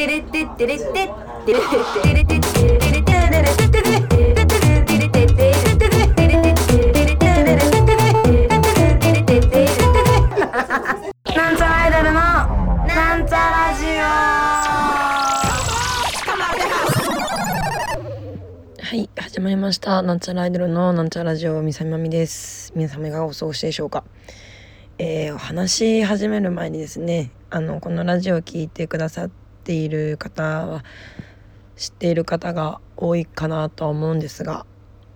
なんちゃらアイドルのなんちゃラジオ。はい、始まりました。なんちゃらアイドルのなんちゃらラジオ、みさみまみです。皆様いかがお過ごしでしょうか。お話し始める前にですね、このラジオを聞いてくださっている方は知っている方が多いかなとは思うんですが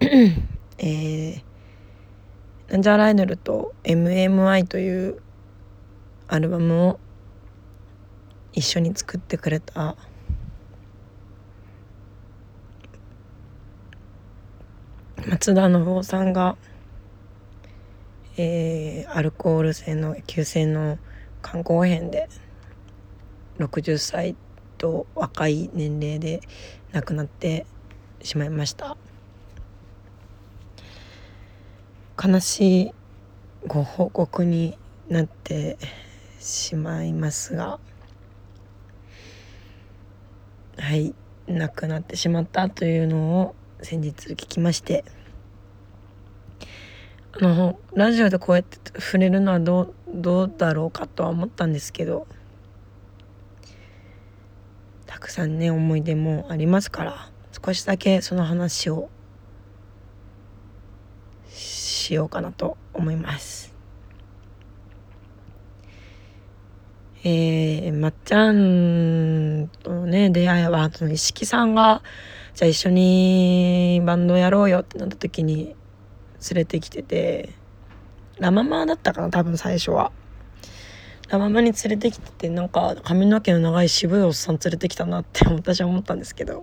なんちゃらアイドルと MMI というアルバムを一緒に作ってくれた松田信夫さんが、アルコール性の急性の肝硬変で60歳と若い年齢で亡くなってしまいました。悲しいご報告になってしまいますが、はい、亡くなってしまったというのを先日聞きまして、ラジオでこうやって触れるのはどうだろうかとは思ったんですけど、たくさんね思い出もありますから、少しだけその話をしようかなと思います。まっちゃんとのね出会いは、その石木さんがじゃあ一緒にバンドやろうよってなった時に連れてきてて、ラママだったかな、多分最初はラママに連れてきてて、なんか髪の毛の長い渋いおっさん連れてきたなって私は思ったんですけど、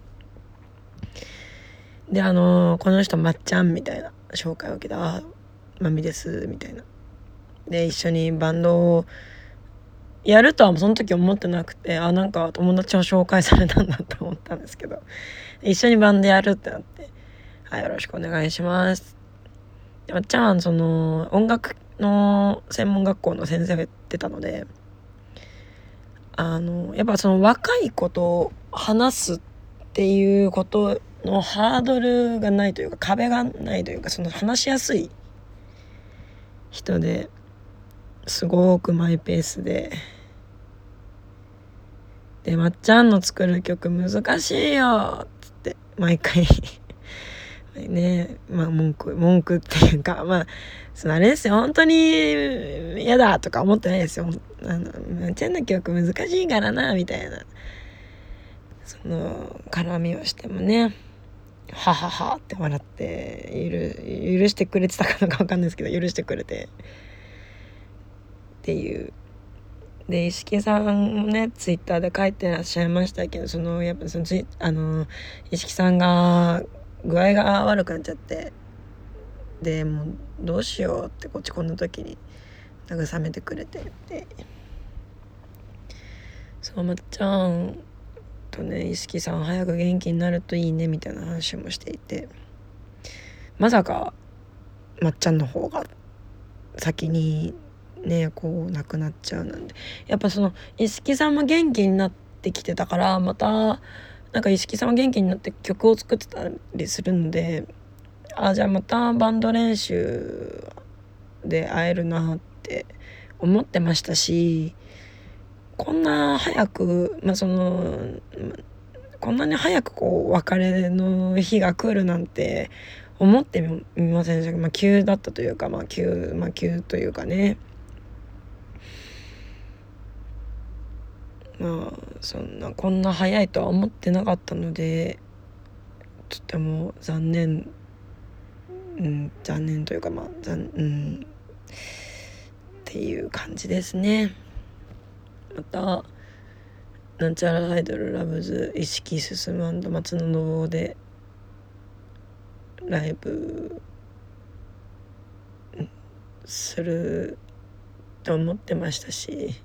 でこの人まっちゃんみたいな紹介を受けた、まみですみたいな、で一緒にバンドをやるとはその時思ってなくて、なんか友達を紹介されたんだと思ったんですけど、一緒にバンドやるってなって、よろしくお願いします。でまっちゃんその音楽の専門学校の先生をやってたので、やっぱその若い子と話すっていうことのハードルがないというか、壁がないというか、その話しやすい人ですごくマイペースでまっちゃんの作る曲難しいよっつって毎回ね、文句っていうか、あれですよ、本当に嫌だとか思ってないですよ。まっちゃんの曲難しいからなみたいな、その絡みをしてもね、はははって笑って許してくれてたかどうか分かんないですけど、許してくれてっていう。で石木さんもねツイッターで書いてらっしゃいましたけど、やっぱ石木さんが具合が悪くなっちゃって、でもうどうしようってこの時に慰めてくれて、でそうまっちゃんとね石木さん早く元気になるといいねみたいな話もしていて、まさかまっちゃんの方が先にねこう亡くなっちゃうなんて、やっぱその石木さんも元気になってきてたから、またなんか石木さんも元気になって曲を作ってたりするので、じゃあまたバンド練習で会えるなって思ってましたし、こんな早く、こんなに早くこう別れの日が来るなんて思ってみませんでした。急だったというか、急というかね、こんな早いとは思ってなかったので、とても残念というかっていう感じですね。またなんちゃらアイドルラブズ意識進む&松野信夫でライブすると思ってましたし、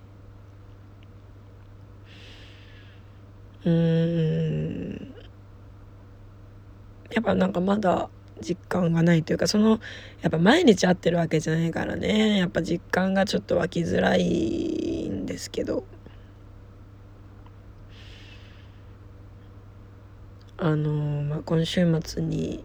やっぱなんかまだ実感がないというか、やっぱ毎日会ってるわけじゃないからね、やっぱ実感がちょっと湧きづらいんですけど、 今週末に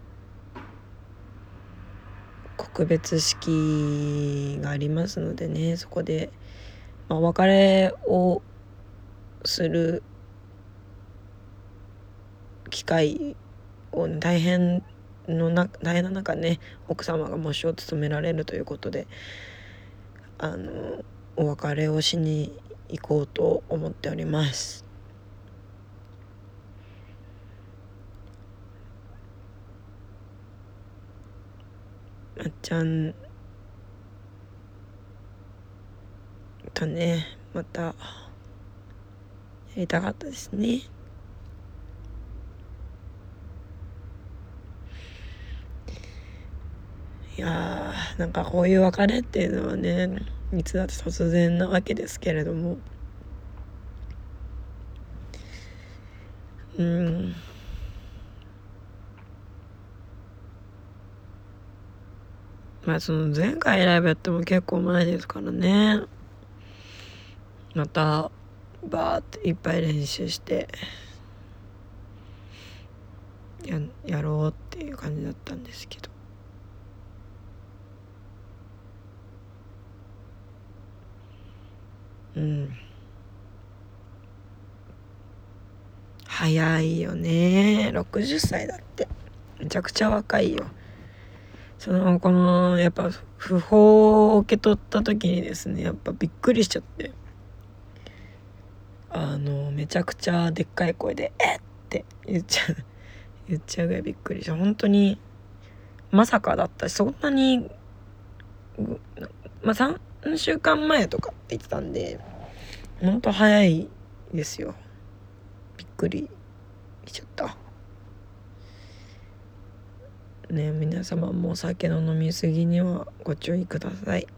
告別式がありますのでね、そこで、お別れをする機会を大変な中ね、奥様が喪主を務められるということで、お別れをしに行こうと思っております。まっちゃんとね、またやりたかったですね。いやー、なんかこういう別れっていうのはね、いつだって突然なわけですけれども、その前回ライブやっても結構前ですからね、またバーっていっぱい練習してやろうっていう感じだったんですけど、早いよね。60歳だって、めちゃくちゃ若いよ。このやっぱ訃報を受け取った時にですね、やっぱびっくりしちゃって、めちゃくちゃでっかい声でって言っちゃうぐらいびっくりした。本当にまさかだったし、そんなに3週間前とかって言ってたんで、本当早いですよ。びっくりしちゃったね。皆様もお酒の飲み過ぎにはご注意ください。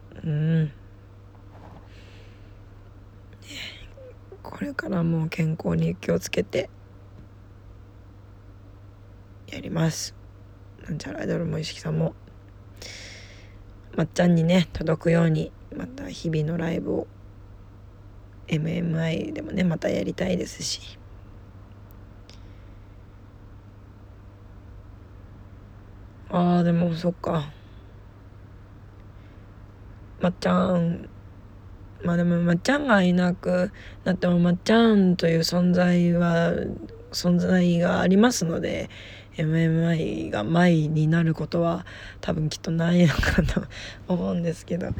これからも健康に気をつけてやります。なんちゃらアイドルも意識さんもまっちゃんにね届くように、また日々のライブを MMI でもねまたやりたいですし、でもそっか、まっちゃんでもまっちゃんがいなくなってもまっちゃんという存在がありますので、 MMI が前になることは多分きっとないのかと思うんですけど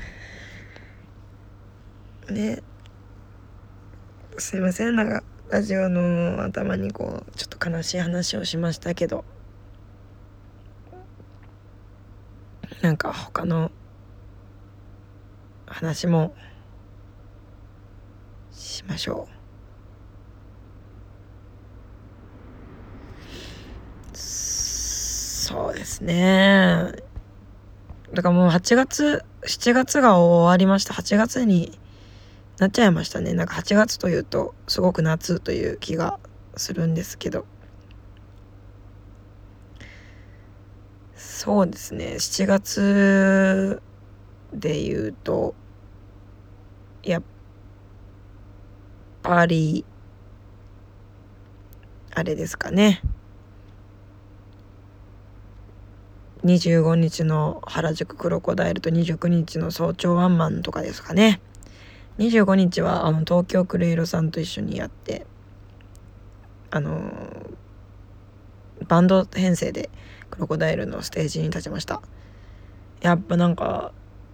ね。すいません、なんかラジオの頭にちょっと悲しい話をしましたけど、なんか他の話もしましょう。そうですね。だからもう7月が終わりました。8月になっちゃいましたね。なんか8月というとすごく夏という気がするんですけど、そうですね、7月で言うとやっぱりあれですかね、25日の原宿クロコダイルと29日の早朝ワンマンとかですかね。25日は東京クレイロさんと一緒にやって、バンド編成でクロコダイルのステージに立ちました。やっぱなんか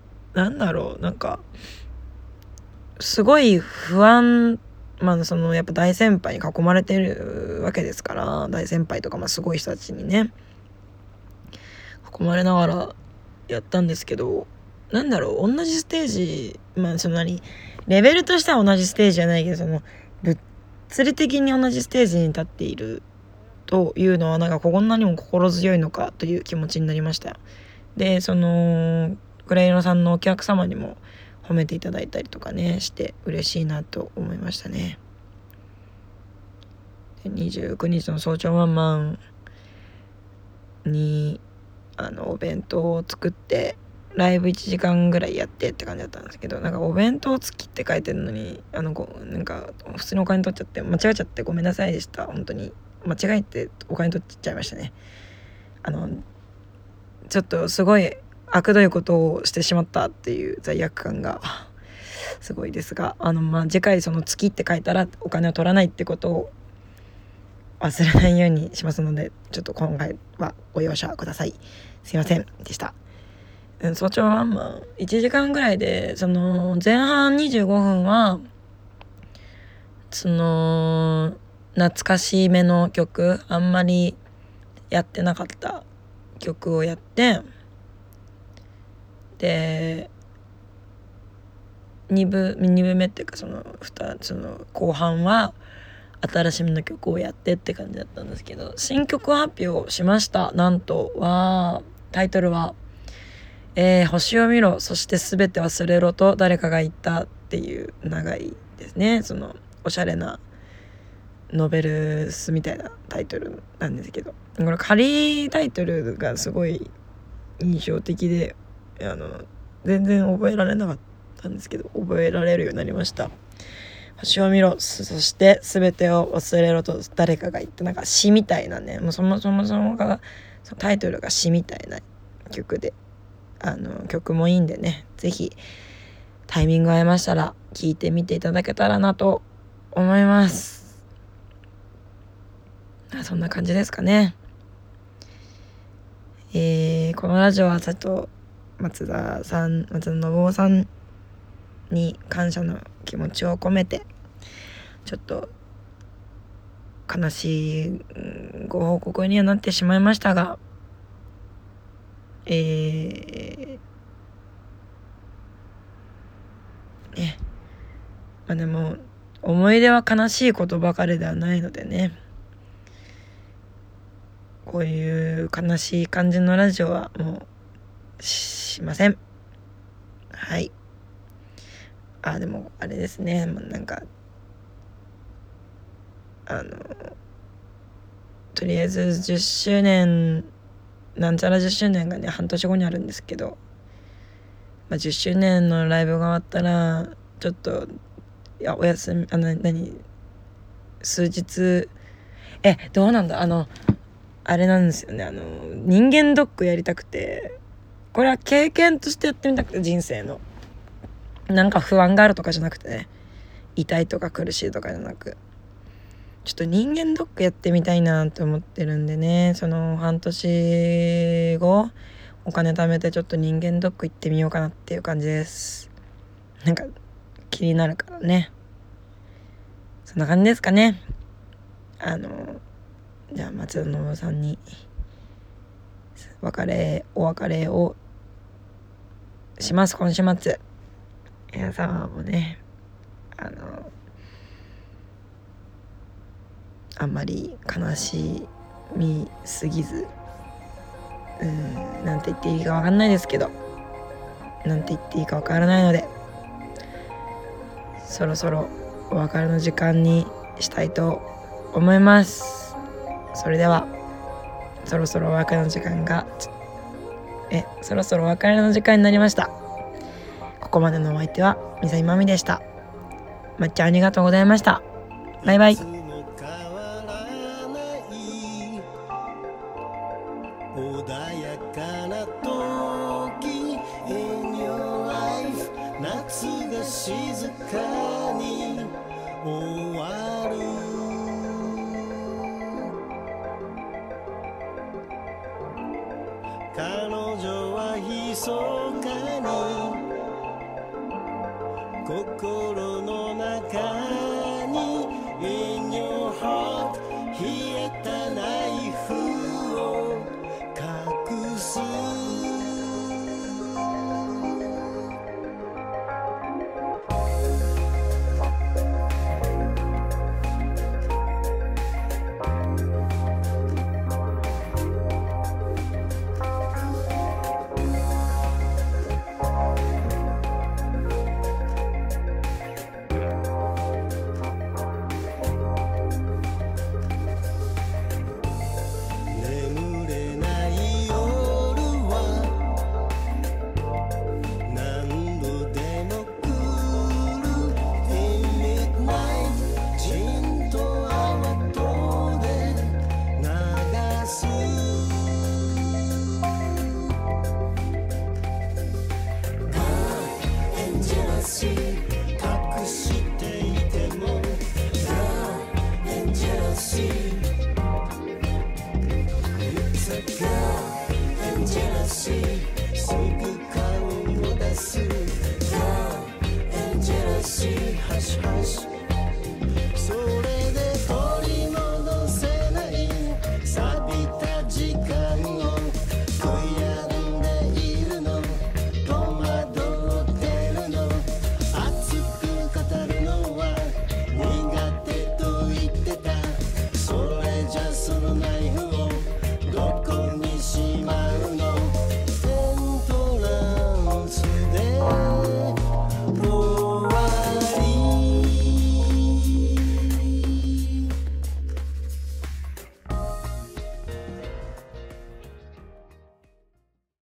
すごい不安、やっぱ大先輩に囲まれてるわけですから、大先輩とかすごい人たちにね囲まれながらやったんですけど、同じステージ、レベルとしては同じステージじゃないけど、物理的に同じステージに立っているというのはこんなにも心強いのかという気持ちになりました。でクレイロさんのお客様にも褒めていただいたりとかねして嬉しいなと思いましたね。で29日の早朝ワンマンにお弁当を作ってライブ1時間ぐらいやってって感じだったんですけど、お弁当付きって書いてるのに普通にお金取っちゃって間違えちゃってごめんなさいでした。本当に間違えてお金取っちゃいましたね。ちょっとすごい悪どいことをしてしまったっていう罪悪感がすごいですが、次回その月って書いたらお金を取らないってことを忘れないようにしますので、ちょっと今回はご容赦ください。すいませんでした。早朝ワンマン1時間ぐらいで、その前半25分はその懐かしめの曲、あんまりやってなかった曲をやって、で2部目っていうかその後半は新しめの曲をやってって感じだったんですけど、新曲発表しました。なんとはタイトルは、星を見ろそして全て忘れろと誰かが言ったっていう長いですね、そのおしゃれなノベルスみたいなタイトルなんですけど、これ仮タイトルがすごい印象的で、全然覚えられなかったんですけど覚えられるようになりました。星を見ろそして全てを忘れろと誰かが言って、なんか詩みたいなね、もうそもそもがタイトルが詩みたいな曲で、曲もいいんでね、ぜひタイミング合いましたら聴いてみていただけたらなと思います。そんな感じですかね。このラジオは松田信夫さんに感謝の気持ちを込めて、ちょっと悲しいご報告にはなってしまいましたが、でも思い出は悲しいことばかりではないのでね、こういう悲しい感じのラジオはもうしません。はい。でもあれですね、なんかとりあえず10周年なんちゃら10周年がね半年後にあるんですけど、10周年のライブが終わったらちょっとお休み数日どうなんだ、あれなんですよね、人間ドックやりたくて、これは経験としてやってみたくて、人生のなんか不安があるとかじゃなくてね、痛いとか苦しいとかじゃなく、ちょっと人間ドックやってみたいなって思ってるんでね、その半年後お金貯めてちょっと人間ドック行ってみようかなっていう感じです。なんか気になるからね。そんな感じですかね。じゃあ松田信夫さんにお別れをします。今週末皆様もねあんまり悲しみすぎず、なんて言っていいか分かんないですけど、なんて言っていいか分からないので、そろそろお別れの時間にしたいと思います。それではそろそろお別れの時間になりました。ここまでのお相手はみさいまみでした。まっちゃんありがとうございました。バイバイ。穏やかな時 in your life 夏が静かに終わる、彼女は密かに心の中に in your heart 冷えたナイフを隠す、 Girl and jealousy すぐ顔を出す Girl and jealousy ハシハシ